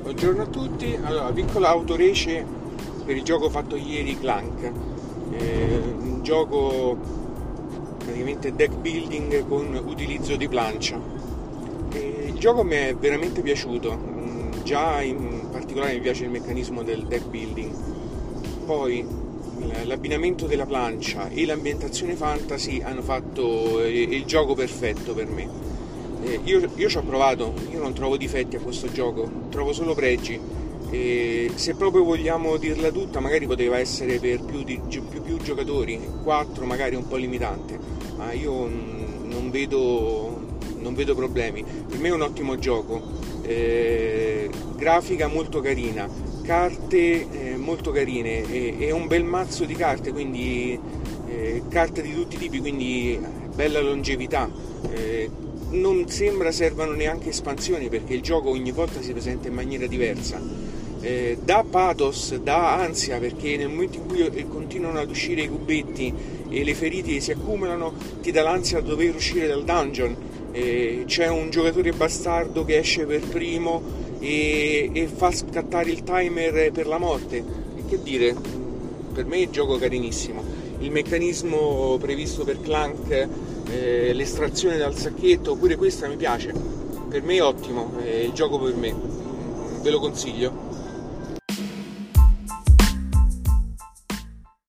Buongiorno a tutti, allora piccola autorece per il gioco fatto ieri, Clank, un gioco praticamente deck building con utilizzo di plancia. Il gioco mi è veramente piaciuto, già in particolare mi piace il meccanismo del deck building, poi l'abbinamento della plancia e l'ambientazione fantasy hanno fatto il gioco perfetto per me. Io ci ho provato, io non trovo difetti a questo gioco, trovo solo pregi. Se proprio vogliamo dirla tutta, magari poteva essere per più giocatori, 4 magari un po' limitante, ma io non vedo problemi. Per me è un ottimo gioco, grafica molto carina, carte molto carine, e un bel mazzo di carte, quindi carte di tutti i tipi, quindi bella longevità. Non sembra servano neanche espansioni, perché il gioco ogni volta si presenta in maniera diversa. Dà pathos, dà ansia, perché nel momento in cui continuano ad uscire i cubetti e le ferite si accumulano, ti dà l'ansia di dover uscire dal dungeon. C'è un giocatore bastardo che esce per primo e fa scattare il timer per la morte. E che dire, per me è un gioco carinissimo. Il meccanismo previsto per Clank, l'estrazione dal sacchetto, pure questa mi piace, per me è ottimo, è il gioco per me, ve lo consiglio.